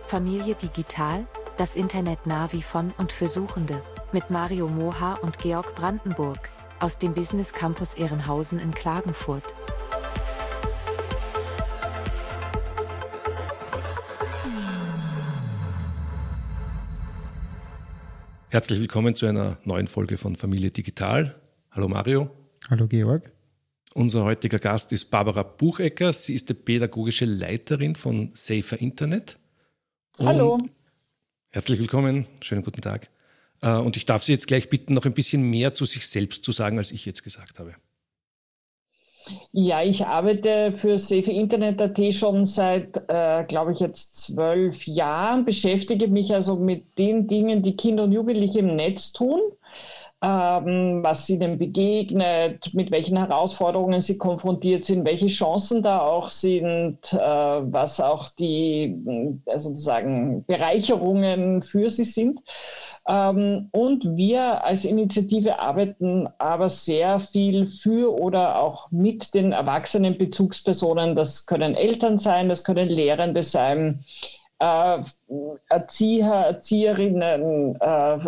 Familie Digital, das Internet-Navi von und für Suchende, mit Mario Moha und Georg Brandenburg, aus dem Business Campus Ehrenhausen in Klagenfurt. Herzlich willkommen zu einer neuen Folge von Familie Digital. Hallo Mario. Hallo Georg. Unser heutiger Gast ist Barbara Buchecker. Sie ist die pädagogische Leiterin von Safer Internet. Hallo. Herzlich willkommen, schönen guten Tag. Und ich darf Sie jetzt gleich bitten, noch ein bisschen mehr zu sich selbst zu sagen, als ich jetzt gesagt habe. Ja, ich arbeite für Safer Internet.at schon seit, glaube ich, jetzt 12 Jahren, beschäftige mich also mit den Dingen, die Kinder und Jugendliche im Netz tun, was ihnen begegnet, mit welchen Herausforderungen sie konfrontiert sind, welche Chancen da auch sind, was auch die sozusagen Bereicherungen für sie sind. Und wir als Initiative arbeiten aber sehr viel für oder auch mit den erwachsenen Bezugspersonen. Das können Eltern sein, das können Lehrende sein, Erzieher, Erzieherinnen,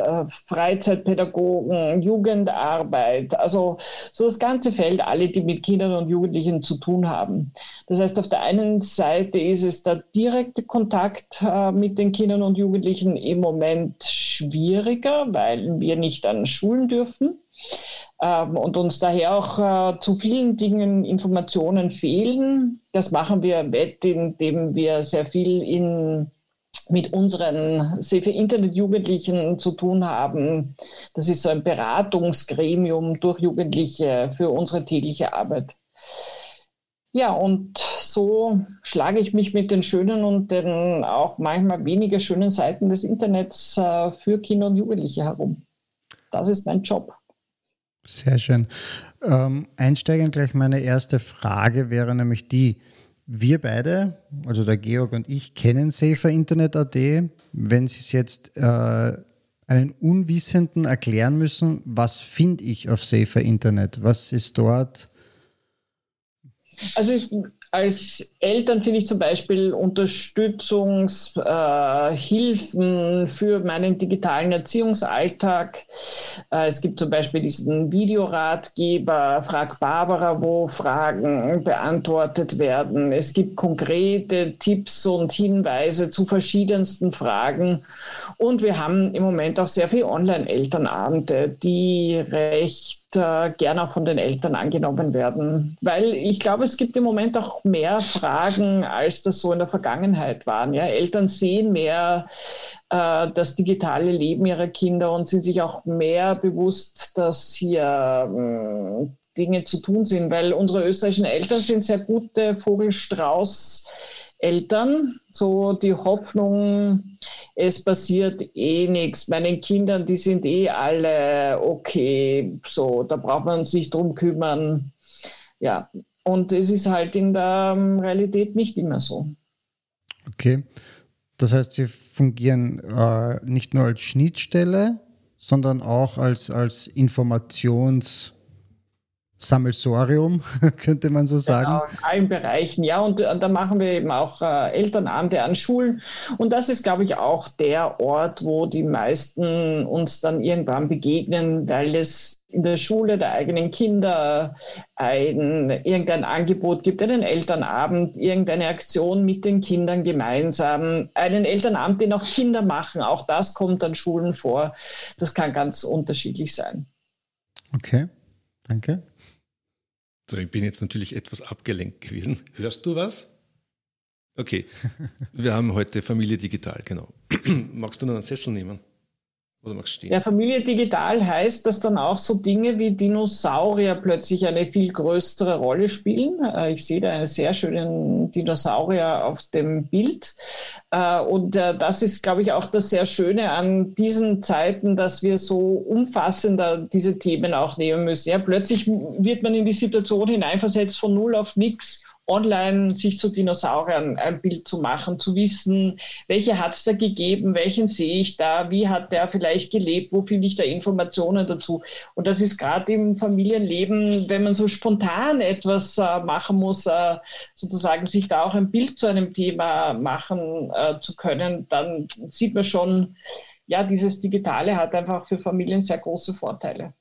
Freizeitpädagogen, Jugendarbeit, also so das ganze Feld, alle, die mit Kindern und Jugendlichen zu tun haben. Das heißt, auf der einen Seite ist es der direkte Kontakt mit den Kindern und Jugendlichen im Moment schwieriger, weil wir nicht an Schulen dürfen. Und uns daher auch zu vielen Dingen Informationen fehlen. Das machen wir wett, indem wir sehr viel mit unseren Safer Internet Jugendlichen zu tun haben. Das ist so ein Beratungsgremium durch Jugendliche für unsere tägliche Arbeit. Ja, und so schlage ich mich mit den schönen und den auch manchmal weniger schönen Seiten des Internets für Kinder und Jugendliche herum. Das ist mein Job. Sehr schön. Einsteigend gleich meine erste Frage wäre nämlich die: Wir beide, also der Georg und ich, kennen Safer Internet.at. Wenn Sie es jetzt einen Unwissenden erklären müssen, was finde ich auf Safer Internet? Was ist dort? Also als Eltern finde ich zum Beispiel Unterstützungshilfen für meinen digitalen Erziehungsalltag. Es gibt zum Beispiel diesen Videoratgeber Frag Barbara, wo Fragen beantwortet werden. Es gibt konkrete Tipps und Hinweise zu verschiedensten Fragen. Und wir haben im Moment auch sehr viele Online-Elternabende, die recht gerne auch von den Eltern angenommen werden. Weil ich glaube, es gibt im Moment auch mehr Fragen, als das so in der Vergangenheit waren. Ja? Eltern sehen mehr das digitale Leben ihrer Kinder und sind sich auch mehr bewusst, dass hier Dinge zu tun sind. Weil unsere österreichischen Eltern sind sehr gute Vogelstrauß-Eltern, so die Hoffnung, es passiert eh nichts. Meinen Kindern, die sind eh alle okay, so, da braucht man uns nicht drum kümmern. Ja, und es ist halt in der Realität nicht immer so. Okay, das heißt, Sie fungieren nicht nur als Schnittstelle, sondern auch als Informationssammelsorium, könnte man so sagen. Genau, in allen Bereichen, ja. Und da machen wir eben auch Elternabende an Schulen. Und das ist, glaube ich, auch der Ort, wo die meisten uns dann irgendwann begegnen, weil es in der Schule der eigenen Kinder irgendein Angebot gibt, einen Elternabend, irgendeine Aktion mit den Kindern gemeinsam, einen Elternabend, den auch Kinder machen. Auch das kommt an Schulen vor. Das kann ganz unterschiedlich sein. Okay, danke. So, ich bin jetzt natürlich etwas abgelenkt gewesen. Hörst du was? Okay, wir haben heute Familie Digital, genau. Magst du noch einen Sessel nehmen? Oder magst du stehen? Ja, Familie Digital heißt, dass dann auch so Dinge wie Dinosaurier plötzlich eine viel größere Rolle spielen. Ich sehe da einen sehr schönen Dinosaurier auf dem Bild. Und das ist, glaube ich, auch das sehr Schöne an diesen Zeiten, dass wir so umfassender diese Themen auch nehmen müssen. Ja, plötzlich wird man in die Situation hineinversetzt von null auf nichts. online sich zu Dinosauriern ein Bild zu machen, zu wissen, welche hat es da gegeben, welchen sehe ich da, wie hat der vielleicht gelebt, wo finde ich da Informationen dazu. Und das ist gerade im Familienleben, wenn man so spontan etwas machen muss, sozusagen sich da auch ein Bild zu einem Thema machen zu können, dann sieht man schon, ja, dieses Digitale hat einfach für Familien sehr große Vorteile.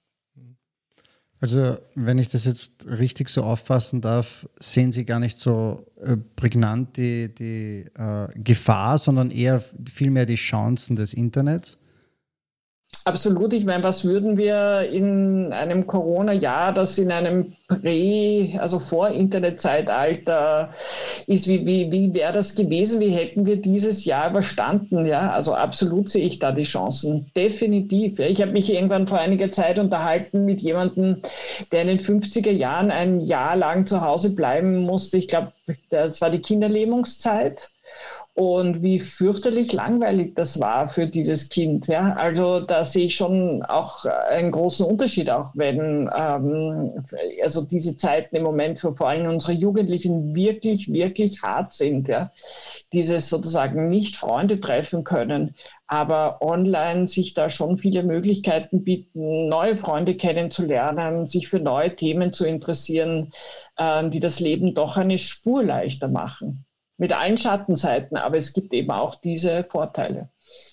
Also wenn ich das jetzt richtig so auffassen darf, sehen Sie gar nicht so prägnant die Gefahr, sondern eher vielmehr die Chancen des Internets? Absolut. Ich meine, was würden wir in einem Corona-Jahr, das in einem also Vor-Internet-Zeitalter ist, wie wäre das gewesen? Wie hätten wir dieses Jahr überstanden? Ja, also absolut sehe ich da die Chancen. Definitiv. Ich habe mich irgendwann vor einiger Zeit unterhalten mit jemandem, der in den 50er Jahren ein Jahr lang zu Hause bleiben musste. Ich glaube, das war die Kinderlähmungszeit. Und wie fürchterlich langweilig das war für dieses Kind. Ja? Also da sehe ich schon auch einen großen Unterschied, auch wenn also diese Zeiten im Moment für vor allem unsere Jugendlichen wirklich, wirklich hart sind. Ja? Dieses sozusagen nicht Freunde treffen können, aber online sich da schon viele Möglichkeiten bieten, neue Freunde kennenzulernen, sich für neue Themen zu interessieren, die das Leben doch eine Spur leichter machen. Mit allen Schattenseiten, aber es gibt eben auch diese Vorteile.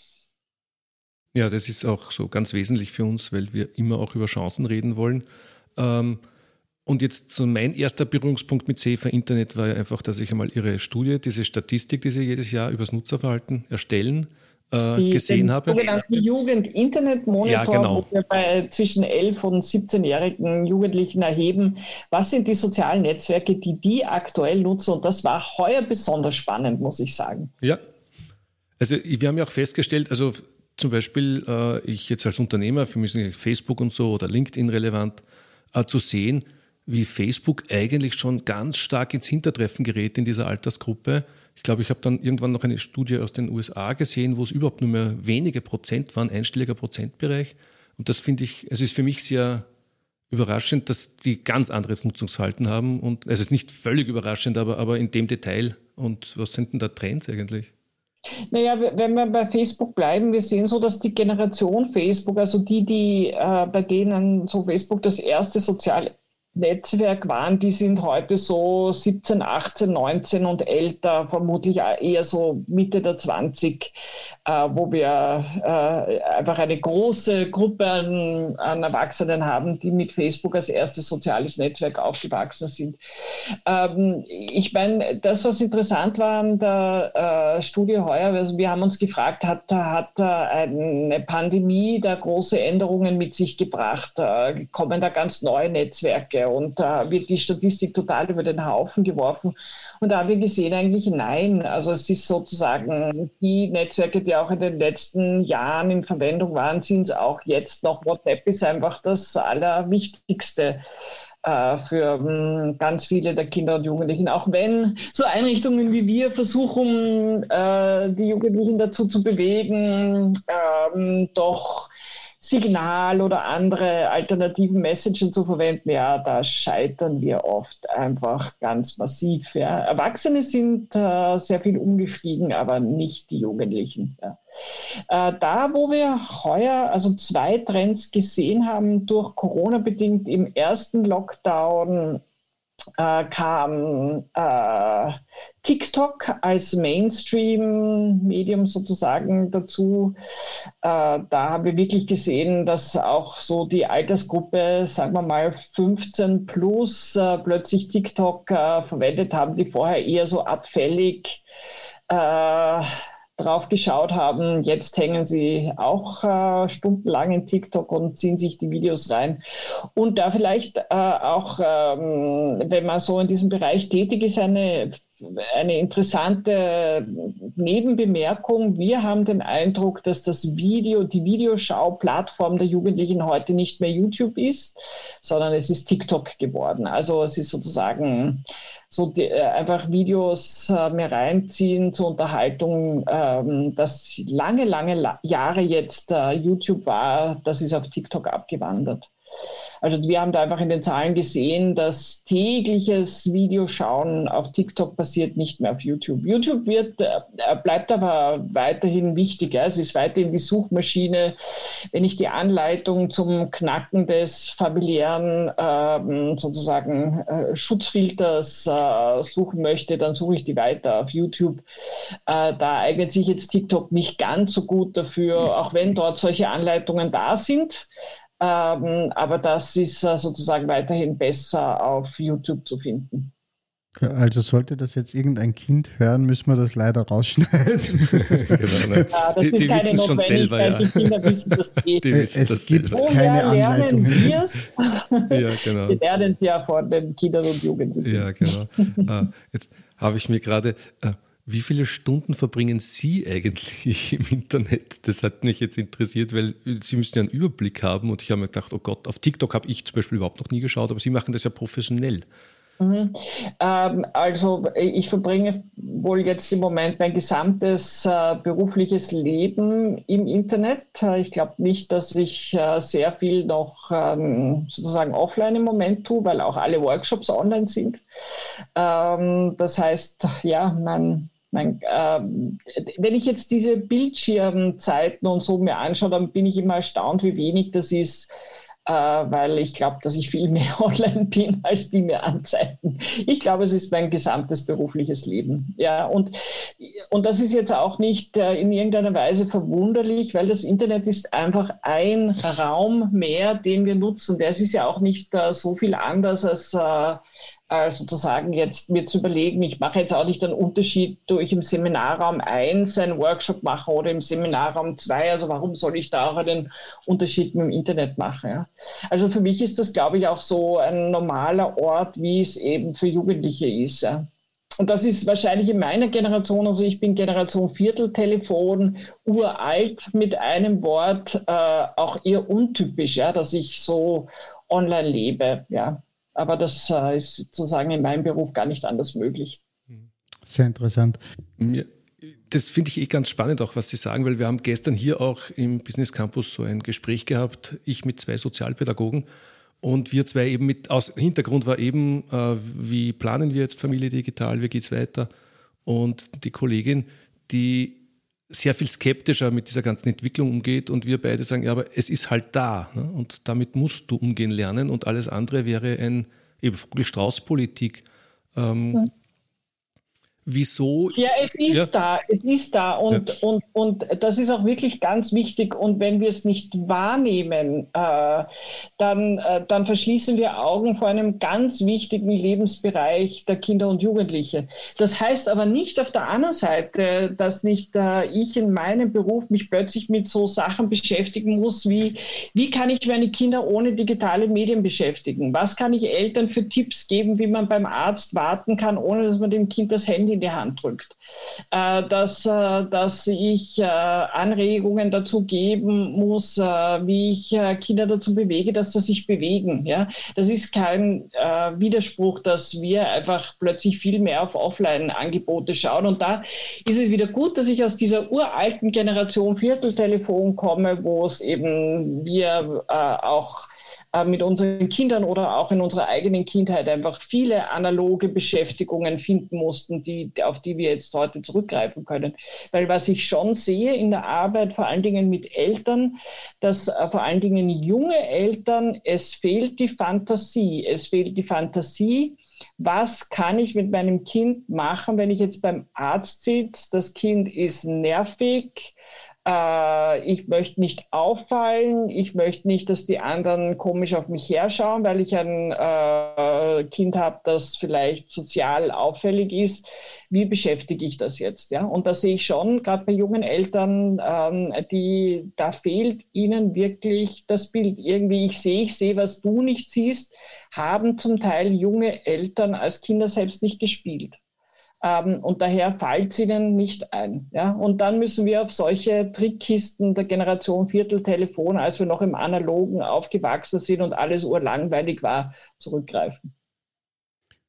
Ja, das ist auch so ganz wesentlich für uns, weil wir immer auch über Chancen reden wollen. Und jetzt so mein erster Berührungspunkt mit Safer Internet war ja einfach, dass ich einmal Ihre Studie, diese Statistik, die Sie jedes Jahr über das Nutzerverhalten erstellen, gesehen habe. Den sogenannten Jugend-Internet-Monitor, ja, genau. Wo wir bei zwischen 11- und 17-jährigen Jugendlichen erheben, was sind die sozialen Netzwerke, die aktuell nutzen. Und das war heuer besonders spannend, muss ich sagen. Ja, also wir haben ja auch festgestellt, also zum Beispiel ich jetzt als Unternehmer, für mich sind Facebook und so oder LinkedIn relevant, zu sehen, wie Facebook eigentlich schon ganz stark ins Hintertreffen gerät in dieser Altersgruppe. Ich glaube, ich habe dann irgendwann noch eine Studie aus den USA gesehen, wo es überhaupt nur mehr wenige Prozent waren, einstelliger Prozentbereich. Und das finde ich, es ist für mich sehr überraschend, dass die ganz anderes Nutzungsverhalten haben. Und es ist nicht völlig überraschend, aber in dem Detail. Und was sind denn da Trends eigentlich? Naja, wenn wir bei Facebook bleiben, wir sehen so, dass die Generation Facebook, also die bei denen so Facebook das erste soziale Netzwerk waren, die sind heute so 17, 18, 19 und älter, vermutlich eher so Mitte der 20, wo wir einfach eine große Gruppe an Erwachsenen haben, die mit Facebook als erstes soziales Netzwerk aufgewachsen sind. Ich meine, das, was interessant war an der Studie heuer, also wir haben uns gefragt, hat eine Pandemie da große Änderungen mit sich gebracht? Kommen da ganz neue Netzwerke? Und da wird die Statistik total über den Haufen geworfen. Und da haben wir gesehen, eigentlich nein. Also es ist sozusagen die Netzwerke, die auch in den letzten Jahren in Verwendung waren, sind es auch jetzt noch. WhatsApp ist einfach das Allerwichtigste für ganz viele der Kinder und Jugendlichen. Auch wenn so Einrichtungen wie wir versuchen, die Jugendlichen dazu zu bewegen, doch Signal oder andere alternativen Messages zu verwenden, ja, da scheitern wir oft einfach ganz massiv. Ja. Erwachsene sind sehr viel umgestiegen, aber nicht die Jugendlichen. Ja. Da, wo wir heuer also 2 Trends gesehen haben, durch Corona bedingt, im ersten Lockdown kam TikTok als Mainstream-Medium sozusagen dazu. Da haben wir wirklich gesehen, dass auch so die Altersgruppe, sagen wir mal 15 plus, plötzlich TikTok verwendet haben, die vorher eher so abfällig drauf geschaut haben. Jetzt hängen sie auch stundenlang in TikTok und ziehen sich die Videos rein. Und da vielleicht auch, wenn man so in diesem Bereich tätig ist, eine interessante Nebenbemerkung. Wir haben den Eindruck, dass die Videoschau-Plattform der Jugendlichen heute nicht mehr YouTube ist, sondern es ist TikTok geworden. Also es ist sozusagen einfach Videos mir reinziehen zur Unterhaltung, das lange Jahre jetzt YouTube war, das ist auf TikTok abgewandert. Also wir haben da einfach in den Zahlen gesehen, dass tägliches Videoschauen auf TikTok passiert, nicht mehr auf YouTube. YouTube bleibt aber weiterhin wichtig. Ja. Es ist weiterhin die Suchmaschine. Wenn ich die Anleitung zum Knacken des familiären Schutzfilters suchen möchte, dann suche ich die weiter auf YouTube. Da eignet sich jetzt TikTok nicht ganz so gut dafür, auch wenn dort solche Anleitungen da sind. Aber das ist sozusagen weiterhin besser auf YouTube zu finden. Also sollte das jetzt irgendein Kind hören, müssen wir das leider rausschneiden. Genau, ne? Ja, das ist keine wissen schon selber, ja. Die Kinder wissen das geht. Es gibt keine Anleitungen. Ja, genau. Wir lernen es ja von den Kindern und Jugendlichen. Ja, genau. Jetzt habe ich mir gerade... Wie viele Stunden verbringen Sie eigentlich im Internet? Das hat mich jetzt interessiert, weil Sie müssen ja einen Überblick haben und ich habe mir gedacht, oh Gott, auf TikTok habe ich zum Beispiel überhaupt noch nie geschaut, aber Sie machen das ja professionell. Also ich verbringe wohl jetzt im Moment mein gesamtes berufliches Leben im Internet. Ich glaube nicht, dass ich sehr viel noch sozusagen offline im Moment tue, weil auch alle Workshops online sind. Das heißt, ja, wenn ich jetzt diese Bildschirmzeiten und so mir anschaue, dann bin ich immer erstaunt, wie wenig das ist, weil ich glaube, dass ich viel mehr online bin, als die mir anzeigen. Ich glaube, es ist mein gesamtes berufliches Leben. Ja, und das ist jetzt auch nicht in irgendeiner Weise verwunderlich, weil das Internet ist einfach ein Raum mehr, den wir nutzen. Das ist ja auch nicht so viel anders als sozusagen jetzt mir zu überlegen, ich mache jetzt auch nicht einen Unterschied, ob ich im Seminarraum 1 einen Workshop mache oder im Seminarraum 2, also warum soll ich da auch einen Unterschied mit dem Internet machen? Ja? Also für mich ist das, glaube ich, auch so ein normaler Ort, wie es eben für Jugendliche ist. Ja? Und das ist wahrscheinlich in meiner Generation, also ich bin Generation Vierteltelefon, uralt mit einem Wort, auch eher untypisch, ja, dass ich so online lebe, ja. Aber das ist sozusagen in meinem Beruf gar nicht anders möglich. Sehr interessant. Das finde ich ganz spannend, auch was Sie sagen, weil wir haben gestern hier auch im Business Campus so ein Gespräch gehabt, ich mit 2 Sozialpädagogen und wir 2 eben aus Hintergrund war eben, wie planen wir jetzt Familie digital, wie geht es weiter? Und die Kollegin, die sehr viel skeptischer mit dieser ganzen Entwicklung umgeht und wir beide sagen, ja, aber es ist halt da, ne? Und damit musst du umgehen lernen und alles andere wäre eben Vogel-Strauß-Politik. Wieso? Ja, es ist da und das ist auch wirklich ganz wichtig und wenn wir es nicht wahrnehmen, dann verschließen wir Augen vor einem ganz wichtigen Lebensbereich der Kinder und Jugendliche. Das heißt aber nicht auf der anderen Seite, dass nicht ich in meinem Beruf mich plötzlich mit so Sachen beschäftigen muss, wie kann ich meine Kinder ohne digitale Medien beschäftigen? Was kann ich Eltern für Tipps geben, wie man beim Arzt warten kann, ohne dass man dem Kind das Handy in die Hand drückt, dass ich Anregungen dazu geben muss, wie ich Kinder dazu bewege, dass sie sich bewegen. Ja? Das ist kein Widerspruch, dass wir einfach plötzlich viel mehr auf Offline-Angebote schauen. Und da ist es wieder gut, dass ich aus dieser uralten Generation Vierteltelefon komme, wo es eben wir auch mit unseren Kindern oder auch in unserer eigenen Kindheit einfach viele analoge Beschäftigungen finden mussten, auf die wir jetzt heute zurückgreifen können. Weil was ich schon sehe in der Arbeit, vor allen Dingen mit Eltern, dass vor allen Dingen junge Eltern, es fehlt die Fantasie. Es fehlt die Fantasie, was kann ich mit meinem Kind machen, wenn ich jetzt beim Arzt sitze, das Kind ist nervig, ich möchte nicht auffallen, ich möchte nicht, dass die anderen komisch auf mich herschauen, weil ich ein Kind habe, das vielleicht sozial auffällig ist. Wie beschäftige ich das jetzt? Ja? Und da sehe ich schon, gerade bei jungen Eltern, da fehlt ihnen wirklich das Bild. Irgendwie, ich sehe, was du nicht siehst, haben zum Teil junge Eltern als Kinder selbst nicht gespielt. Und daher fällt es ihnen nicht ein. Ja? Und dann müssen wir auf solche Trickkisten der Generation Vierteltelefon, als wir noch im Analogen aufgewachsen sind und alles urlangweilig war, zurückgreifen.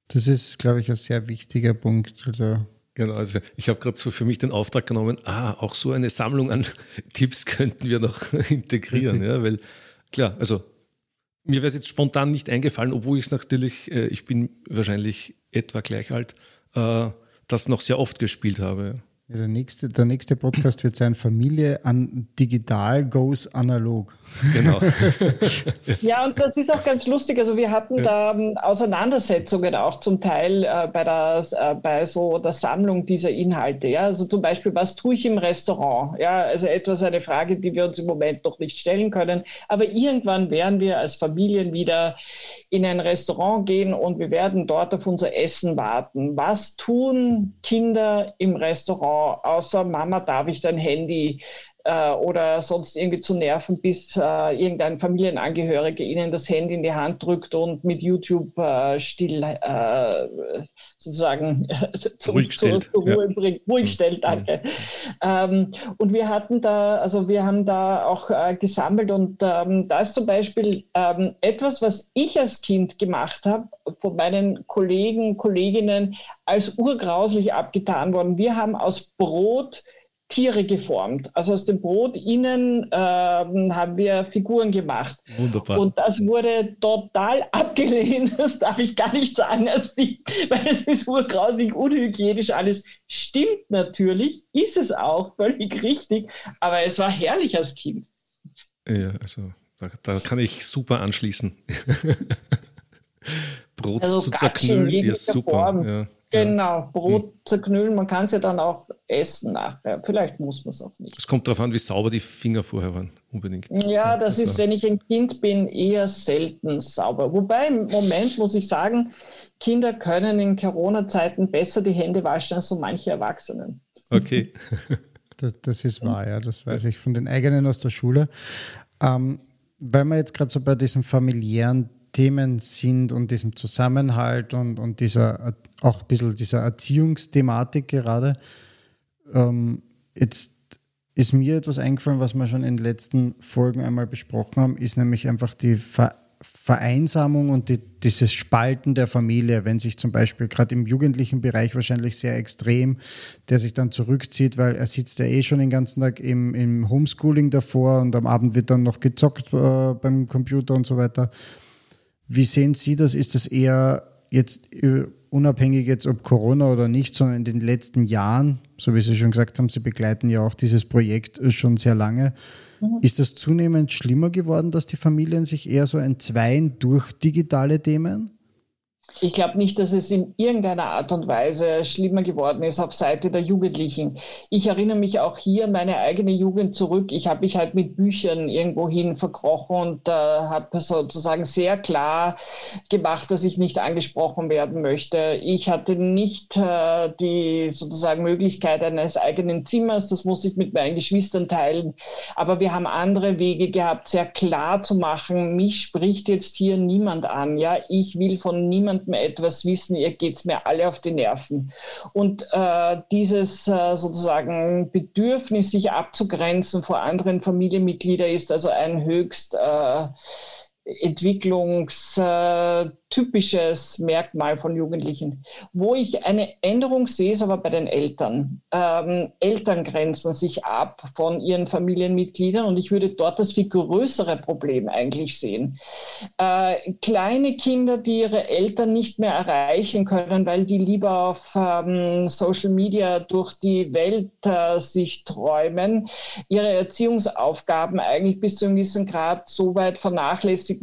Das ist, glaube ich, ein sehr wichtiger Punkt. Also Genau, also ich habe gerade so für mich den Auftrag genommen, auch so eine Sammlung an Tipps könnten wir noch integrieren, ja, weil klar, also mir wäre es jetzt spontan nicht eingefallen, obwohl ich es natürlich, ich bin wahrscheinlich etwa gleich alt, das noch sehr oft gespielt habe. ja, der nächste Podcast wird sein Familie an digital goes analog. Genau. Ja, und das ist auch ganz lustig. Also wir hatten da Auseinandersetzungen auch zum Teil bei so der Sammlung dieser Inhalte. Ja, also zum Beispiel, was tue ich im Restaurant? Ja, also eine Frage, die wir uns im Moment noch nicht stellen können. Aber irgendwann werden wir als Familien wieder in ein Restaurant gehen und wir werden dort auf unser Essen warten. Was tun Kinder im Restaurant, außer Mama, darf ich dein Handy oder sonst irgendwie zu nerven, bis irgendein Familienangehöriger ihnen das Handy in die Hand drückt und mit YouTube sozusagen zur Ruhe bringt. Ruhig stellt, danke. Und wir haben da auch gesammelt und da ist zum Beispiel etwas, was ich als Kind gemacht habe, von meinen Kolleginnen als urgrauslich abgetan worden. Wir haben aus Brot Tiere geformt. Also aus dem Brot innen haben wir Figuren gemacht. Wunderbar. Und das wurde total abgelehnt. Das darf ich gar nicht sagen, weil es ist urgrausig, unhygienisch alles. Stimmt natürlich, ist es auch, völlig richtig, aber es war herrlich als Kind. Ja, also da kann ich super anschließen. Brot also zu zerknüllen ist super. Ja. Genau, Brot zerknüllen, man kann es ja dann auch essen nachher. Vielleicht muss man es auch nicht. Es kommt darauf an, wie sauber die Finger vorher waren, unbedingt. Ja, das ist, wenn ich ein Kind bin, eher selten sauber. Wobei im Moment muss ich sagen, Kinder können in Corona-Zeiten besser die Hände waschen als so manche Erwachsenen. Okay. Das ist wahr, ja, das weiß ich von den eigenen aus der Schule. Weil wir jetzt gerade so bei diesen familiären Themen sind und diesem Zusammenhalt und dieser auch ein bisschen dieser Erziehungsthematik gerade. Jetzt ist mir etwas eingefallen, was wir schon in den letzten Folgen einmal besprochen haben, ist nämlich einfach die Vereinsamung und dieses Spalten der Familie, wenn sich zum Beispiel gerade im jugendlichen Bereich wahrscheinlich sehr extrem, der sich dann zurückzieht, weil er sitzt ja schon den ganzen Tag im Homeschooling davor und am Abend wird dann noch gezockt beim Computer und so weiter. Wie sehen Sie das? Ist das eher jetzt unabhängig jetzt ob Corona oder nicht, sondern in den letzten Jahren, so wie Sie schon gesagt haben, Sie begleiten ja auch dieses Projekt schon sehr lange. Ist das zunehmend schlimmer geworden, dass die Familien sich eher so entzweien durch digitale Themen? Ich glaube nicht, dass es in irgendeiner Art und Weise schlimmer geworden ist auf Seite der Jugendlichen. Ich erinnere mich auch hier an meine eigene Jugend zurück. Ich habe mich halt mit Büchern irgendwohin verkrochen und habe sozusagen sehr klar gemacht, dass ich nicht angesprochen werden möchte. Ich hatte nicht die sozusagen Möglichkeit eines eigenen Zimmers. Das musste ich mit meinen Geschwistern teilen. Aber wir haben andere Wege gehabt, sehr klar zu machen, mich spricht jetzt hier niemand an. Ja, ich will von niemandem etwas wissen, ihr geht's mir alle auf die Nerven. Und dieses sozusagen Bedürfnis, sich abzugrenzen vor anderen Familienmitgliedern, ist also ein höchst entwicklungstypisches Merkmal von Jugendlichen. Wo ich eine Änderung sehe, ist aber bei den Eltern. Eltern grenzen sich ab von ihren Familienmitgliedern und ich würde dort das viel größere Problem eigentlich sehen. Kleine Kinder, die ihre Eltern nicht mehr erreichen können, weil die lieber auf Social Media durch die Welt sich träumen, ihre Erziehungsaufgaben eigentlich bis zu einem gewissen Grad so weit vernachlässigen,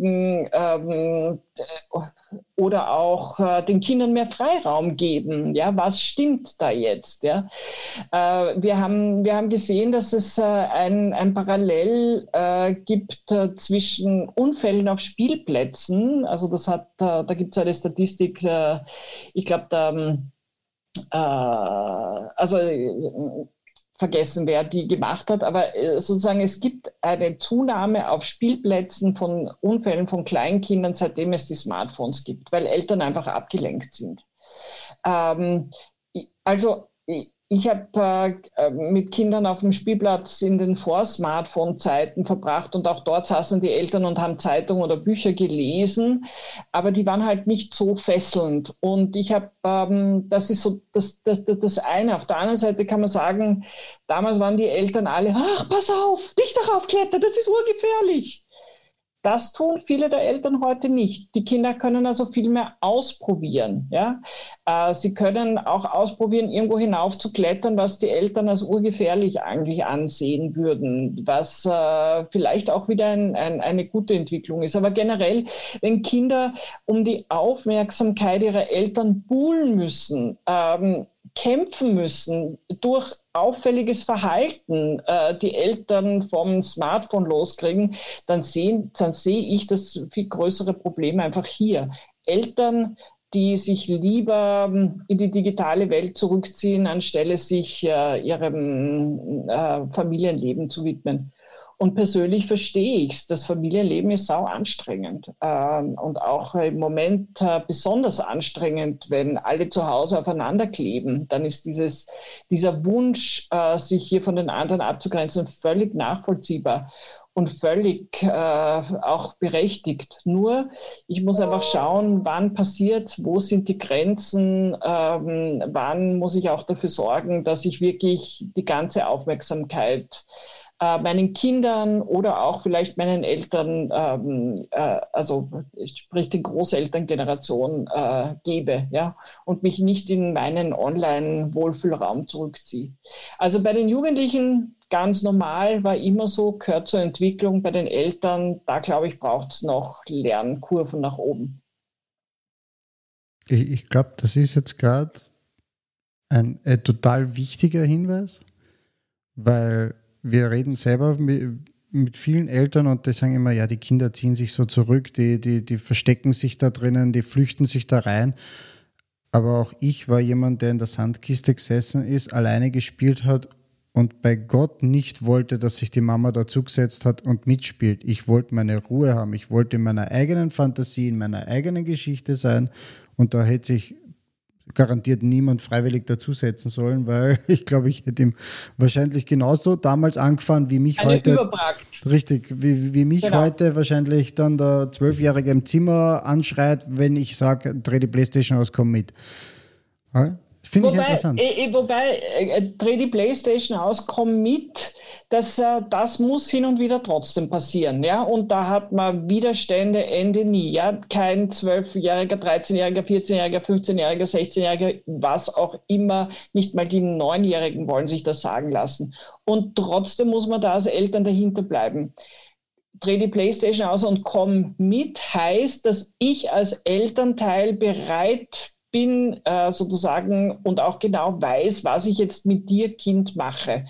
oder auch den Kindern mehr Freiraum geben. Ja, was stimmt da jetzt? Ja? Wir haben gesehen, dass es ein Parallel gibt zwischen Unfällen auf Spielplätzen. Also da gibt es eine Statistik, ich glaube, vergessen, wer die gemacht hat, aber sozusagen es gibt eine Zunahme auf Spielplätzen von Unfällen von Kleinkindern, seitdem es die Smartphones gibt, weil Eltern einfach abgelenkt sind. Also Ich habe mit Kindern auf dem Spielplatz in den Vor-Smartphone-Zeiten verbracht und auch dort saßen die Eltern und haben Zeitungen oder Bücher gelesen, aber die waren halt nicht so fesselnd. Und ich habe, das ist so das eine. Auf der anderen Seite kann man sagen, damals waren die Eltern alle, ach, pass auf, nicht darauf klettern, das ist urgefährlich. Das tun viele der Eltern heute nicht. Die Kinder können also viel mehr ausprobieren. Ja? Sie können auch ausprobieren, irgendwo hinauf zu klettern, was die Eltern als urgefährlich eigentlich ansehen würden, was vielleicht auch wieder eine gute Entwicklung ist. Aber generell, wenn Kinder um die Aufmerksamkeit ihrer Eltern buhlen müssen, kämpfen müssen durch auffälliges Verhalten, die Eltern vom Smartphone loskriegen, dann sehe ich das viel größere Problem einfach hier. Eltern, die sich lieber in die digitale Welt zurückziehen, anstelle sich ihrem Familienleben zu widmen. Und persönlich verstehe ich es. Das Familienleben ist sau anstrengend und auch im Moment besonders anstrengend, wenn alle zu Hause aufeinander kleben. Dann ist dieser Wunsch, sich hier von den anderen abzugrenzen, völlig nachvollziehbar und völlig auch berechtigt. Nur, ich muss einfach schauen, wann passiert, wo sind die Grenzen, wann muss ich auch dafür sorgen, dass ich wirklich die ganze Aufmerksamkeit meinen Kindern oder auch vielleicht meinen Eltern, also sprich den Großelterngeneration gebe, ja, und mich nicht in meinen Online-Wohlfühlraum zurückziehe. Also bei den Jugendlichen ganz normal, war immer so, gehört zur Entwicklung. Bei den Eltern, da glaube ich, braucht es noch Lernkurven nach oben. Ich glaube, das ist jetzt gerade ein total wichtiger Hinweis, weil wir reden selber mit vielen Eltern und die sagen immer, ja, die Kinder ziehen sich so zurück, die verstecken sich da drinnen, die flüchten sich da rein. Aber auch ich war jemand, der in der Sandkiste gesessen ist, alleine gespielt hat und bei Gott nicht wollte, dass sich die Mama dazugesetzt hat und mitspielt. Ich wollte meine Ruhe haben. Ich wollte in meiner eigenen Fantasie, in meiner eigenen Geschichte sein und da hätte sich garantiert niemand freiwillig dazusetzen sollen, weil ich glaube, ich hätte ihm wahrscheinlich genauso damals angefahren, wie mich heute. Überbragt. Richtig, wie mich heute wahrscheinlich dann der 12-Jährige im Zimmer anschreit, wenn ich sage, dreh die Playstation aus, komm mit. Ja? Finde ich interessant. Dreh die Playstation aus, komm mit, das muss hin und wieder trotzdem passieren. Ja? Und da hat man Widerstände, Ende nie. Ja? Kein 12-Jähriger, 13-Jähriger, 14-Jähriger, 15-Jähriger, 16-Jähriger, was auch immer, nicht mal die 9-Jährigen wollen sich das sagen lassen. Und trotzdem muss man da als Eltern dahinter bleiben. Dreh die Playstation aus und komm mit, heißt, dass ich als Elternteil bereit bin sozusagen und auch genau weiß, was ich jetzt mit dir, Kind, mache.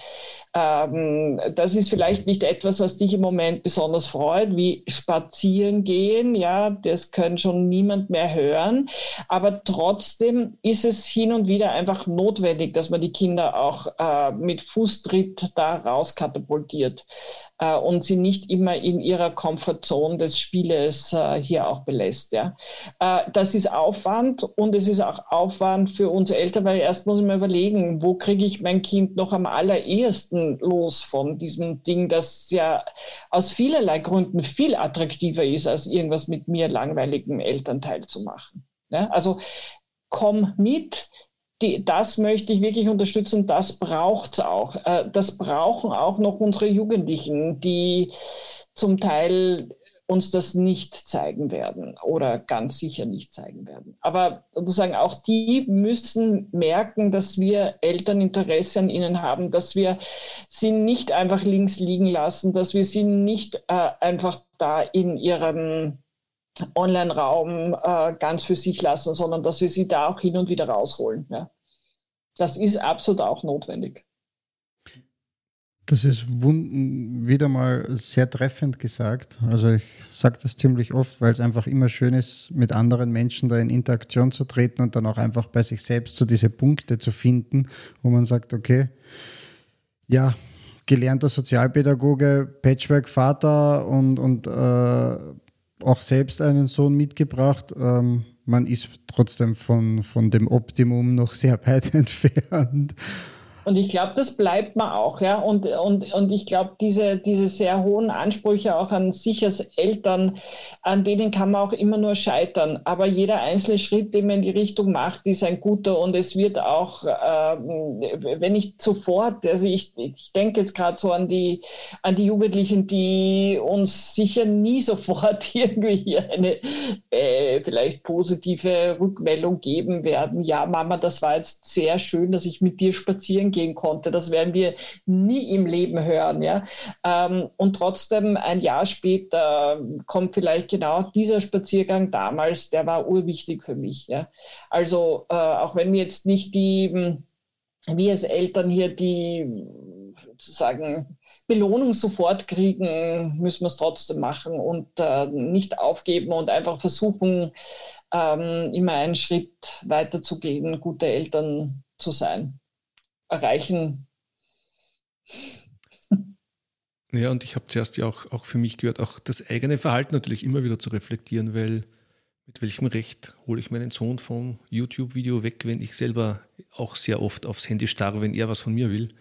Das ist vielleicht nicht etwas, was dich im Moment besonders freut, wie spazieren gehen, ja, das kann schon niemand mehr hören, aber trotzdem ist es hin und wieder einfach notwendig, dass man die Kinder auch mit Fußtritt da rauskatapultiert und sie nicht immer in ihrer Komfortzone des Spieles hier auch belässt. Ja. Das ist Aufwand und es ist auch Aufwand für uns Eltern, weil erst muss ich mir überlegen, wo kriege ich mein Kind noch am allerersten los von diesem Ding, das ja aus vielerlei Gründen viel attraktiver ist, als irgendwas mit mir langweiligem Elternteil zu machen. Ja, also komm mit, das möchte ich wirklich unterstützen, das braucht es auch. Das brauchen auch noch unsere Jugendlichen, die zum Teil uns das nicht zeigen werden oder ganz sicher nicht zeigen werden. Aber sozusagen auch die müssen merken, dass wir Eltern Interesse an ihnen haben, dass wir sie nicht einfach links liegen lassen, dass wir sie nicht einfach da in ihrem Online-Raum ganz für sich lassen, sondern dass wir sie da auch hin und wieder rausholen. Ja. Das ist absolut auch notwendig. Das ist wieder mal sehr treffend gesagt. Also ich sage das ziemlich oft, weil es einfach immer schön ist, mit anderen Menschen da in Interaktion zu treten und dann auch einfach bei sich selbst so diese Punkte zu finden, wo man sagt, okay, ja, gelernter Sozialpädagoge, Patchwork-Vater und auch selbst einen Sohn mitgebracht. Man ist trotzdem von dem Optimum noch sehr weit entfernt. Und ich glaube, das bleibt man auch, ja. Und ich glaube, diese sehr hohen Ansprüche auch an sich als Eltern, an denen kann man auch immer nur scheitern. Aber jeder einzelne Schritt, den man in die Richtung macht, ist ein guter. Und es wird auch, wenn ich sofort, also ich denke jetzt gerade so an die Jugendlichen, die uns sicher nie sofort irgendwie hier eine vielleicht positive Rückmeldung geben werden. Ja, Mama, das war jetzt sehr schön, dass ich mit dir spazieren gehen konnte. Das werden wir nie im Leben hören. Ja? Und trotzdem, ein Jahr später kommt vielleicht genau dieser Spaziergang damals, der war urwichtig für mich. Ja? Also auch wenn wir jetzt nicht wir als Eltern hier die sozusagen Belohnung sofort kriegen, müssen wir es trotzdem machen und nicht aufgeben und einfach versuchen, immer einen Schritt weiter zu gehen, gute Eltern zu sein. Erreichen. Ja, und ich habe zuerst ja auch für mich gehört, auch das eigene Verhalten natürlich immer wieder zu reflektieren, weil mit welchem Recht hole ich meinen Sohn vom YouTube-Video weg, wenn ich selber auch sehr oft aufs Handy starre, wenn er was von mir will.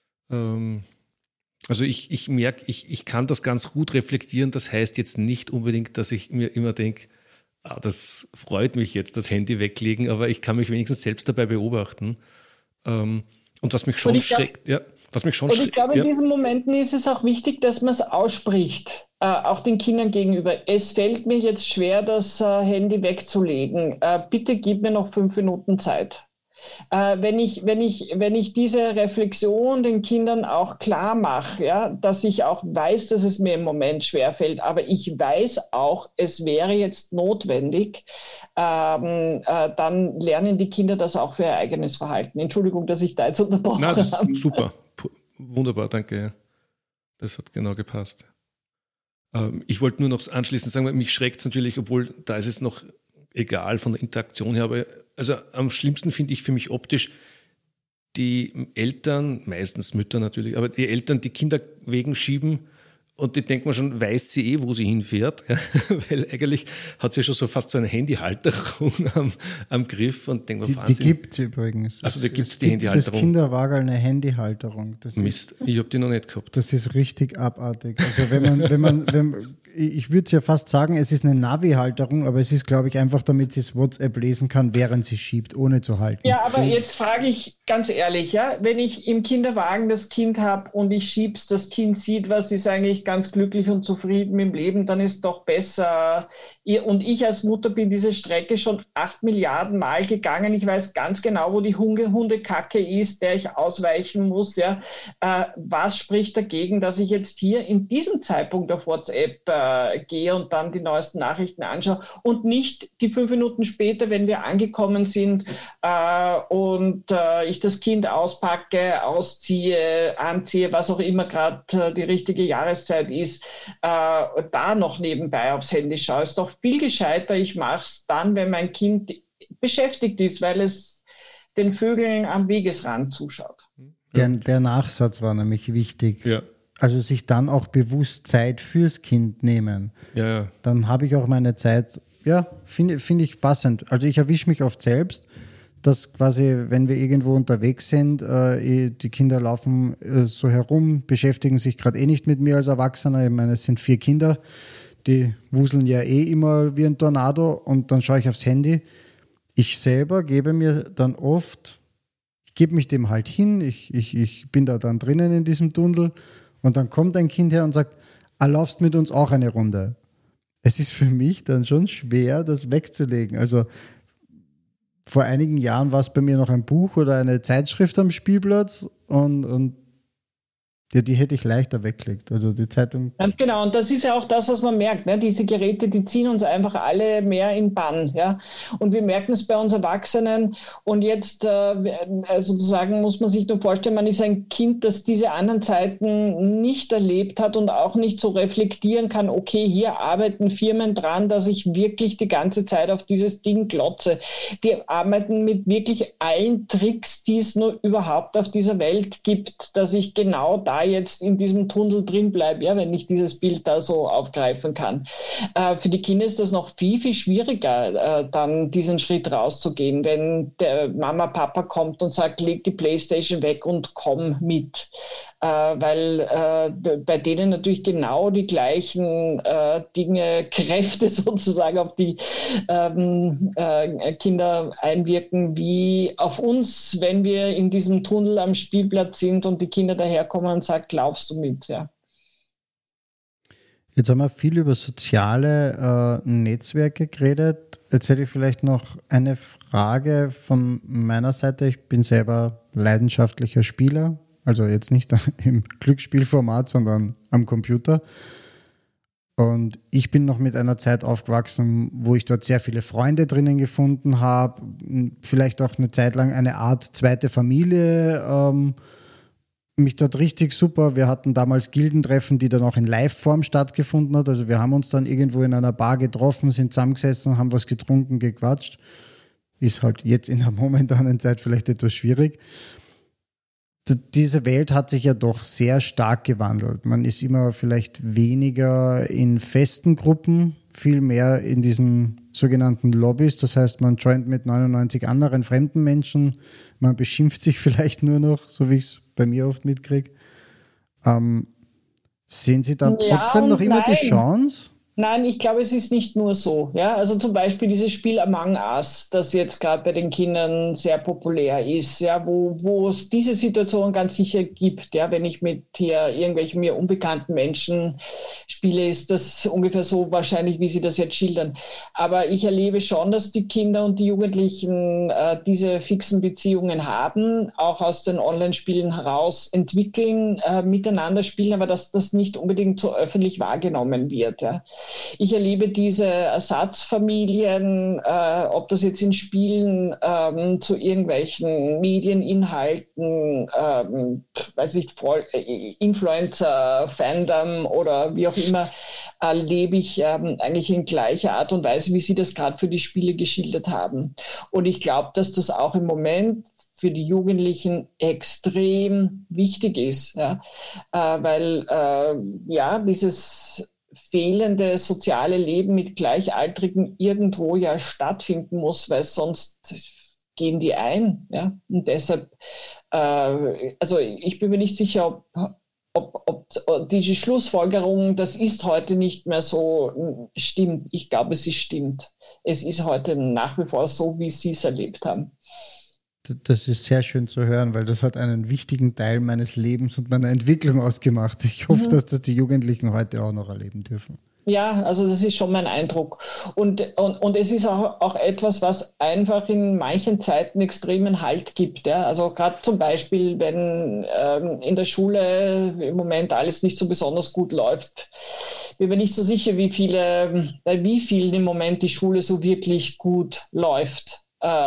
Also ich merke, ich kann das ganz gut reflektieren. Das heißt jetzt nicht unbedingt, dass ich mir immer denke, das freut mich jetzt, das Handy weglegen, aber ich kann mich wenigstens selbst dabei beobachten. Und was mich schon schreckt, ja. Und ich glaube, in diesen Momenten ist es auch wichtig, dass man es ausspricht, auch den Kindern gegenüber. Es fällt mir jetzt schwer, das Handy wegzulegen. Bitte gib mir noch 5 Minuten Zeit. Wenn ich diese Reflexion den Kindern auch klar mache, ja, dass ich auch weiß, dass es mir im Moment schwerfällt, aber ich weiß auch, es wäre jetzt notwendig, dann lernen die Kinder das auch für ihr eigenes Verhalten. Entschuldigung, dass ich da jetzt unterbrochen habe. Das ist super. Wunderbar, danke. Ja. Das hat genau gepasst. Ich wollte nur noch anschließend sagen, mich schreckt es natürlich, obwohl da ist es noch egal von der Interaktion her, aber also am schlimmsten finde ich für mich optisch die Eltern, meistens Mütter natürlich, aber die Eltern, die Kinder wegen schieben und die denkt man schon, weiß sie wo sie hinfährt, ja, weil eigentlich hat sie schon so fast so eine Handyhalterung am Griff und denkt man, die gibt es übrigens. Also da gibt es die Handyhalterung. Fürs Kinderwagen eine Handyhalterung. Mist, ich habe die noch nicht gehabt. Das ist richtig abartig. Also ich würde es ja fast sagen, es ist eine Navi-Halterung, aber es ist, glaube ich, einfach, damit sie das WhatsApp lesen kann, während sie schiebt, ohne zu halten. Ja, aber jetzt frage ich ganz ehrlich, ja, wenn ich im Kinderwagen das Kind habe und ich schieb's, das Kind sieht was, ist eigentlich ganz glücklich und zufrieden im Leben, dann ist doch besser. Und ich als Mutter bin diese Strecke schon 8 Milliarden Mal gegangen. Ich weiß ganz genau, wo die Hundekacke ist, der ich ausweichen muss. Ja. Was spricht dagegen, dass ich jetzt hier in diesem Zeitpunkt auf WhatsApp gehe und dann die neuesten Nachrichten anschaue und nicht die 5 Minuten später, wenn wir angekommen sind und ich das Kind auspacke, ausziehe, anziehe, was auch immer gerade die richtige Jahreszeit ist, da noch nebenbei aufs Handy schaue. Ist doch viel gescheiter, ich mache es dann, wenn mein Kind beschäftigt ist, weil es den Vögeln am Wegesrand zuschaut. Der Nachsatz war nämlich wichtig. Ja. Also sich dann auch bewusst Zeit fürs Kind nehmen. Ja. Dann habe ich auch meine Zeit, ja, finde ich passend. Also ich erwische mich oft selbst, dass quasi, wenn wir irgendwo unterwegs sind, die Kinder laufen so herum, beschäftigen sich gerade nicht mit mir als Erwachsener. Ich meine, es sind 4 Kinder, die wuseln ja immer wie ein Tornado und dann schaue ich aufs Handy. Ich selber gebe mir dann oft, ich gebe mich dem halt hin, ich bin da dann drinnen in diesem Tunnel und dann kommt ein Kind her und sagt, laufst mit uns auch eine Runde. Es ist für mich dann schon schwer, das wegzulegen. Also vor einigen Jahren war es bei mir noch ein Buch oder eine Zeitschrift am Spielplatz und ja, die hätte ich leichter weggelegt. Also die Zeitung. Ganz genau, und das ist ja auch das, was man merkt. Ne? Diese Geräte, die ziehen uns einfach alle mehr in Bann. Ja? Und wir merken es bei uns Erwachsenen. Und jetzt sozusagen muss man sich nur vorstellen, man ist ein Kind, das diese anderen Zeiten nicht erlebt hat und auch nicht so reflektieren kann, okay, hier arbeiten Firmen dran, dass ich wirklich die ganze Zeit auf dieses Ding glotze. Die arbeiten mit wirklich allen Tricks, die es nur überhaupt auf dieser Welt gibt, dass ich genau da jetzt in diesem Tunnel drin bleibe, ja, wenn ich dieses Bild da so aufgreifen kann. Für die Kinder ist das noch viel, viel schwieriger, dann diesen Schritt rauszugehen, wenn der Mama, Papa kommt und sagt, leg die Playstation weg und komm mit. Weil bei denen natürlich genau die gleichen Dinge, Kräfte sozusagen auf die Kinder einwirken wie auf uns, wenn wir in diesem Tunnel am Spielplatz sind und die Kinder daherkommen und sagen, glaubst du mit? Ja. Jetzt haben wir viel über soziale Netzwerke geredet. Jetzt hätte ich vielleicht noch eine Frage von meiner Seite. Ich bin selber leidenschaftlicher Spieler. Also jetzt nicht im Glücksspielformat, sondern am Computer. Und ich bin noch mit einer Zeit aufgewachsen, wo ich dort sehr viele Freunde drinnen gefunden habe. Vielleicht auch eine Zeit lang eine Art zweite Familie. Mich dort richtig super. Wir hatten damals Gildentreffen, die dann auch in Live-Form stattgefunden hat. Also wir haben uns dann irgendwo in einer Bar getroffen, sind zusammengesessen, haben was getrunken, gequatscht. Ist halt jetzt in der momentanen Zeit vielleicht etwas schwierig. Diese Welt hat sich ja doch sehr stark gewandelt. Man ist immer vielleicht weniger in festen Gruppen, viel mehr in diesen sogenannten Lobbys. Das heißt, man joint mit 99 anderen fremden Menschen. Man beschimpft sich vielleicht nur noch, so wie ich es bei mir oft mitkriege. Sehen Sie dann trotzdem noch immer die Chance? Nein, ich glaube, es ist nicht nur so. Ja? Also zum Beispiel dieses Spiel Among Us, das jetzt gerade bei den Kindern sehr populär ist, ja? wo es diese Situation ganz sicher gibt. Ja? Wenn ich mit hier irgendwelchen mir unbekannten Menschen spiele, ist das ungefähr so wahrscheinlich, wie Sie das jetzt schildern. Aber ich erlebe schon, dass die Kinder und die Jugendlichen diese fixen Beziehungen haben, auch aus den Online-Spielen heraus entwickeln, miteinander spielen, aber dass das nicht unbedingt so öffentlich wahrgenommen wird. Ja? Ich erlebe diese Ersatzfamilien, ob das jetzt in Spielen zu irgendwelchen Medieninhalten, weiß ich, Influencer, Fandom oder wie auch immer, erlebe ich eigentlich in gleicher Art und Weise, wie Sie das gerade für die Spiele geschildert haben. Und ich glaube, dass das auch im Moment für die Jugendlichen extrem wichtig ist, ja? Weil dieses fehlende soziale Leben mit Gleichaltrigen irgendwo ja stattfinden muss, weil sonst gehen die ein. Ja? Und deshalb, also ich bin mir nicht sicher, ob diese Schlussfolgerung, das ist heute nicht mehr so, stimmt. Ich glaube, sie stimmt. Es ist heute nach wie vor so, wie Sie es erlebt haben. Das ist sehr schön zu hören, weil das hat einen wichtigen Teil meines Lebens und meiner Entwicklung ausgemacht. Ich hoffe, dass das die Jugendlichen heute auch noch erleben dürfen. Ja, also das ist schon mein Eindruck. Und es ist auch etwas, was einfach in manchen Zeiten extremen Halt gibt. Ja? Also gerade zum Beispiel, wenn in der Schule im Moment alles nicht so besonders gut läuft. Bin mir nicht so sicher, bei wie vielen im Moment die Schule so wirklich gut läuft.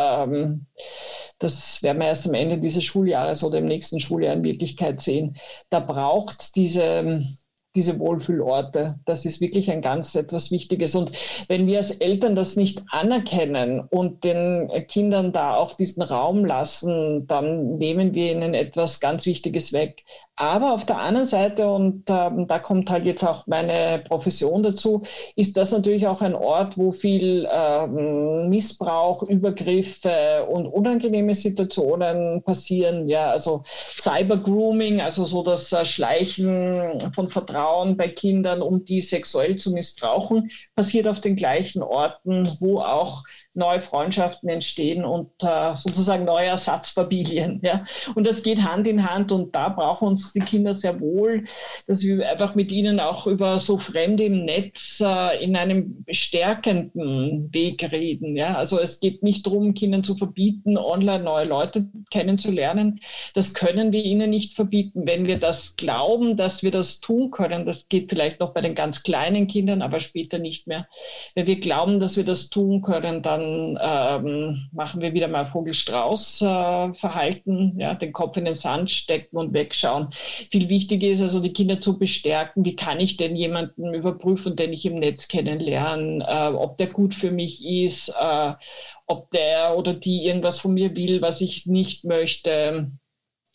Das werden wir erst am Ende dieses Schuljahres oder im nächsten Schuljahr in Wirklichkeit sehen. Da braucht es diese Wohlfühlorte. Das ist wirklich ein ganz etwas Wichtiges. Und wenn wir als Eltern das nicht anerkennen und den Kindern da auch diesen Raum lassen, dann nehmen wir ihnen etwas ganz Wichtiges weg. Aber auf der anderen Seite, und da kommt halt jetzt auch meine Profession dazu, ist das natürlich auch ein Ort, wo viel Missbrauch, Übergriffe und unangenehme Situationen passieren. Ja, also Cybergrooming, also so das Schleichen von Vertrauen bei Kindern, um die sexuell zu missbrauchen, passiert auf den gleichen Orten, wo auch neue Freundschaften entstehen und sozusagen neue Ersatzfamilien. Ja? Und das geht Hand in Hand und da brauchen uns die Kinder sehr wohl, dass wir einfach mit ihnen auch über so Fremde im Netz in einem stärkenden Weg reden. Ja? Also es geht nicht darum, Kindern zu verbieten, online neue Leute kennenzulernen. Das können wir ihnen nicht verbieten. Wenn wir das glauben, dass wir das tun können, das geht vielleicht noch bei den ganz kleinen Kindern, aber später nicht mehr. Wenn wir glauben, dass wir das tun können, dann machen wir wieder mal Vogel-Strauß-Verhalten, ja, den Kopf in den Sand stecken und wegschauen. Viel wichtiger ist also, die Kinder zu bestärken, wie kann ich denn jemanden überprüfen, den ich im Netz kennenlerne, ob der gut für mich ist, ob der oder die irgendwas von mir will, was ich nicht möchte.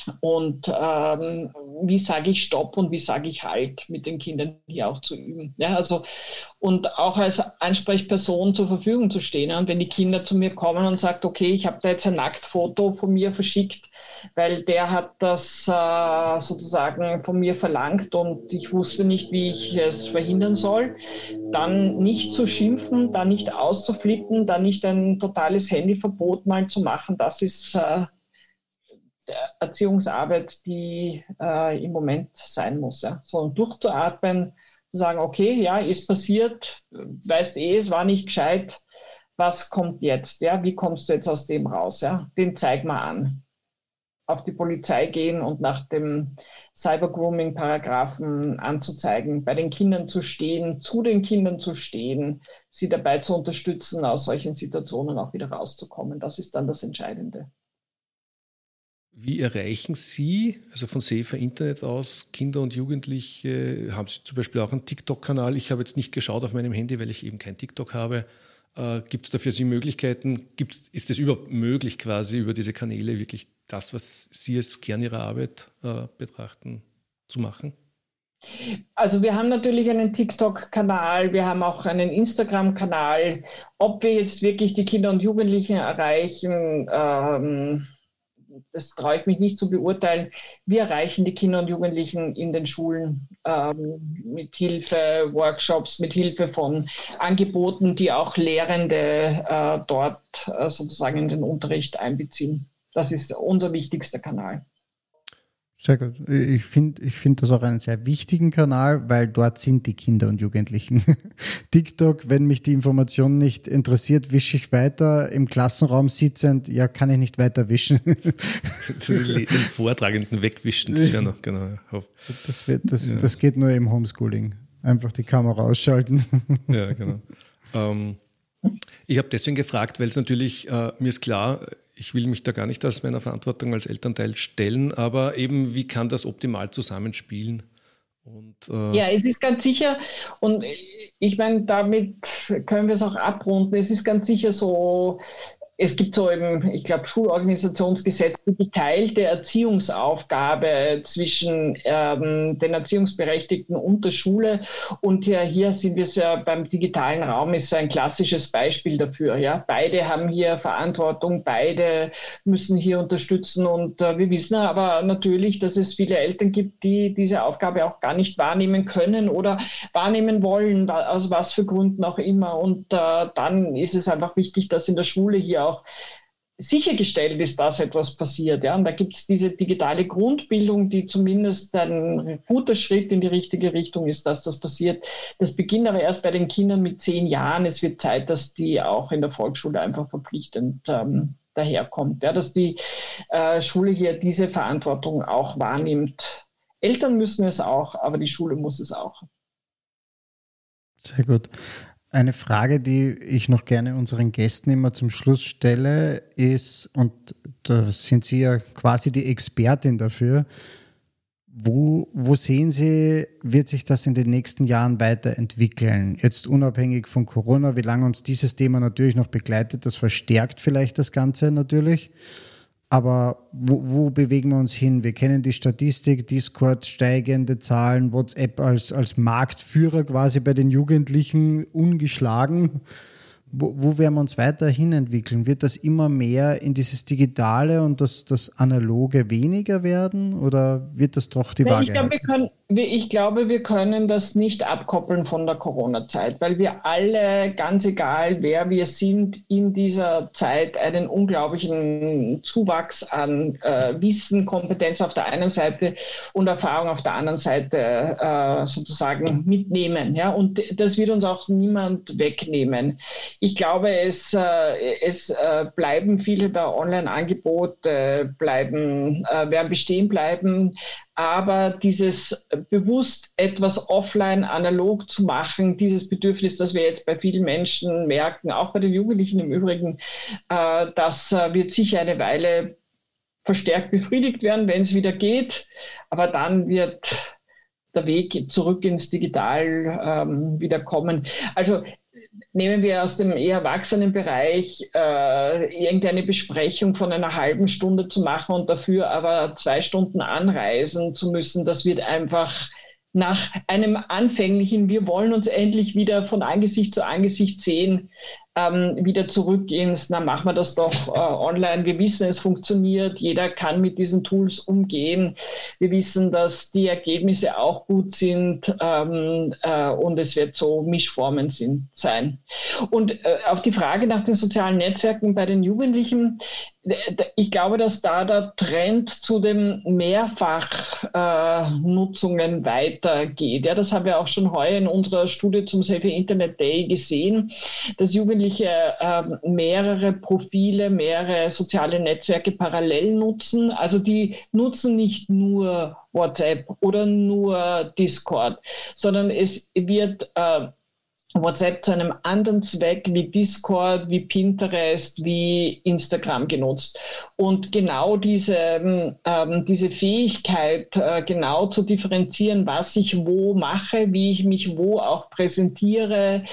Und wie sage ich Stopp und wie sage ich Halt mit den Kindern hier auch zu üben. Ja, also, und auch als Ansprechperson zur Verfügung zu stehen. Und wenn die Kinder zu mir kommen und sagen, okay, ich habe da jetzt ein Nacktfoto von mir verschickt, weil der hat das sozusagen von mir verlangt und ich wusste nicht, wie ich es verhindern soll, dann nicht zu schimpfen, dann nicht auszuflippen, dann nicht ein totales Handyverbot mal zu machen, das ist Erziehungsarbeit, die im Moment sein muss. Ja. So durchzuatmen, zu sagen, okay, ja, ist passiert, weißt es war nicht gescheit, was kommt jetzt? Ja? Wie kommst du jetzt aus dem raus? Ja? Den zeig mal an. Auf die Polizei gehen und nach dem Cyber-Grooming-Paragraphen anzuzeigen, bei den Kindern zu stehen, zu den Kindern zu stehen, sie dabei zu unterstützen, aus solchen Situationen auch wieder rauszukommen. Das ist dann das Entscheidende. Wie erreichen Sie, also von Safer Internet aus, Kinder und Jugendliche? Haben Sie zum Beispiel auch einen TikTok-Kanal? Ich habe jetzt nicht geschaut auf meinem Handy, weil ich eben kein TikTok habe. Gibt es da für Sie Möglichkeiten? Ist es überhaupt möglich, quasi über diese Kanäle wirklich das, was Sie als Kern Ihrer Arbeit betrachten, zu machen? Also wir haben natürlich einen TikTok-Kanal, wir haben auch einen Instagram-Kanal. Ob wir jetzt wirklich die Kinder und Jugendlichen erreichen, das traue ich mich nicht zu beurteilen. Wir erreichen die Kinder und Jugendlichen in den Schulen mit Hilfe Workshops, mit Hilfe von Angeboten, die auch Lehrende dort sozusagen in den Unterricht einbeziehen. Das ist unser wichtigster Kanal. Sehr gut. Ich find das auch einen sehr wichtigen Kanal, weil dort sind die Kinder und Jugendlichen. TikTok, wenn mich die Information nicht interessiert, wische ich weiter. Im Klassenraum sitzend, ja, kann ich nicht weiter wischen. Den Vortragenden wegwischen, das wäre noch, genau. Das geht nur im Homeschooling. Einfach die Kamera ausschalten. Ja, genau. Ich habe deswegen gefragt, weil es natürlich, mir ist klar, ich will mich da gar nicht aus meiner Verantwortung als Elternteil stellen, aber eben, wie kann das optimal zusammenspielen? Und, ja, es ist ganz sicher, und ich meine, damit können wir es auch abrunden, es ist ganz sicher so, es gibt so im, ich glaube, Schulorganisationsgesetz die geteilte Erziehungsaufgabe zwischen den Erziehungsberechtigten und der Schule. Und hier sind wir ja beim digitalen Raum, ist so ein klassisches Beispiel dafür. Ja? Beide haben hier Verantwortung, beide müssen hier unterstützen. Und wir wissen aber natürlich, dass es viele Eltern gibt, die diese Aufgabe auch gar nicht wahrnehmen können oder wahrnehmen wollen, aus was für Gründen auch immer. Und dann ist es einfach wichtig, dass in der Schule hier auch sichergestellt ist, dass etwas passiert. Ja? Und da gibt es diese digitale Grundbildung, die zumindest ein guter Schritt in die richtige Richtung ist, dass das passiert. Das beginnt aber erst bei den Kindern mit 10 Jahren. Es wird Zeit, dass die auch in der Volksschule einfach verpflichtend daherkommt. Ja? Dass die Schule hier diese Verantwortung auch wahrnimmt. Eltern müssen es auch, aber die Schule muss es auch. Sehr gut. Eine Frage, die ich noch gerne unseren Gästen immer zum Schluss stelle, ist, und da sind Sie ja quasi die Expertin dafür, wo sehen Sie, wird sich das in den nächsten Jahren weiterentwickeln? Jetzt unabhängig von Corona, wie lange uns dieses Thema natürlich noch begleitet, das verstärkt vielleicht das Ganze natürlich. Aber wo bewegen wir uns hin? Wir kennen die Statistik, Discord, steigende Zahlen, WhatsApp als Marktführer quasi bei den Jugendlichen ungeschlagen. Wo werden wir uns weiterhin entwickeln? Wird das immer mehr in dieses Digitale und das Analoge weniger werden? Oder wird das doch die Waage halten? Ich glaube, wir können das nicht abkoppeln von der Corona-Zeit, weil wir alle, ganz egal wer wir sind, in dieser Zeit einen unglaublichen Zuwachs an Wissen, Kompetenz auf der einen Seite und Erfahrung auf der anderen Seite sozusagen mitnehmen. Ja? Und das wird uns auch niemand wegnehmen. Ich glaube, es bleiben viele der Online-Angebote, werden bestehen bleiben. Aber dieses bewusst etwas offline, analog zu machen, dieses Bedürfnis, das wir jetzt bei vielen Menschen merken, auch bei den Jugendlichen im Übrigen, das wird sicher eine Weile verstärkt befriedigt werden, wenn es wieder geht. Aber dann wird der Weg zurück ins Digital wieder kommen. Also nehmen wir aus dem eher Erwachsenenbereich irgendeine Besprechung von einer halben Stunde zu machen und dafür aber 2 Stunden anreisen zu müssen, das wird einfach nach einem anfänglichen, wir wollen uns endlich wieder von Angesicht zu Angesicht sehen, wieder zurück ins, na machen wir das doch online. Wir wissen, es funktioniert, jeder kann mit diesen Tools umgehen. Wir wissen, dass die Ergebnisse auch gut sind und es wird so Mischformen sein. Und auf die Frage nach den sozialen Netzwerken bei den Jugendlichen, ich glaube, dass da der Trend zu den Mehrfachnutzungen weitergeht. Ja, das haben wir auch schon heuer in unserer Studie zum Safer Internet Day gesehen, dass Jugendliche mehrere Profile, mehrere soziale Netzwerke parallel nutzen. Also die nutzen nicht nur WhatsApp oder nur Discord, sondern es wird WhatsApp zu einem anderen Zweck wie Discord, wie Pinterest, wie Instagram genutzt. Und genau diese Fähigkeit, genau zu differenzieren, was ich wo mache, wie ich mich wo auch präsentiere,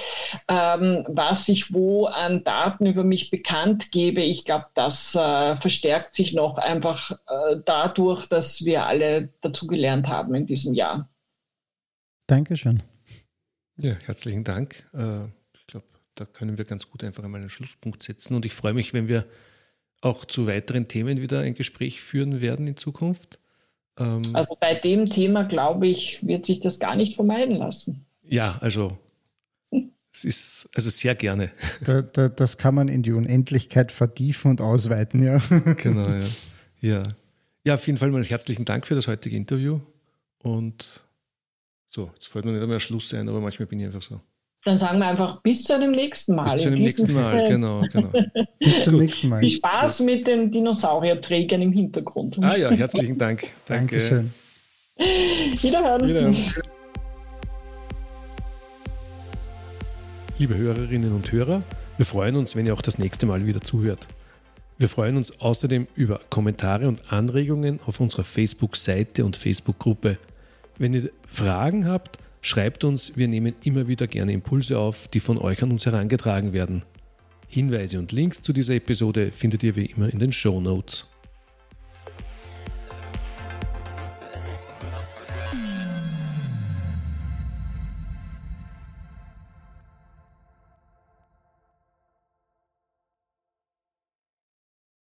was ich wo an Daten über mich bekannt gebe, ich glaube, das verstärkt sich noch einfach dadurch, dass wir alle dazugelernt haben in diesem Jahr. Dankeschön. Ja, herzlichen Dank. Ich glaube, da können wir ganz gut einfach einmal einen Schlusspunkt setzen und ich freue mich, wenn wir auch zu weiteren Themen wieder ein Gespräch führen werden in Zukunft. Also bei dem Thema, glaube ich, wird sich das gar nicht vermeiden lassen. Ja, also es ist also sehr gerne. Das kann man in die Unendlichkeit vertiefen und ausweiten, ja. Genau, ja. Ja, auf jeden Fall mal herzlichen Dank für das heutige Interview und so, jetzt fällt mir nicht einmal Schluss ein, aber manchmal bin ich einfach so. Dann sagen wir einfach bis zu einem nächsten Mal. Bis zu einem nächsten Mal, genau. Bis zum nächsten Mal. Viel Spaß mit den Dinosaurierträgern im Hintergrund. Ah ja, herzlichen Dank. Danke. Dankeschön. Wiederhören. Liebe Hörerinnen und Hörer, wir freuen uns, wenn ihr auch das nächste Mal wieder zuhört. Wir freuen uns außerdem über Kommentare und Anregungen auf unserer Facebook-Seite und Facebook-Gruppe. Wenn ihr Fragen habt, schreibt uns, wir nehmen immer wieder gerne Impulse auf, die von euch an uns herangetragen werden. Hinweise und Links zu dieser Episode findet ihr wie immer in den Shownotes.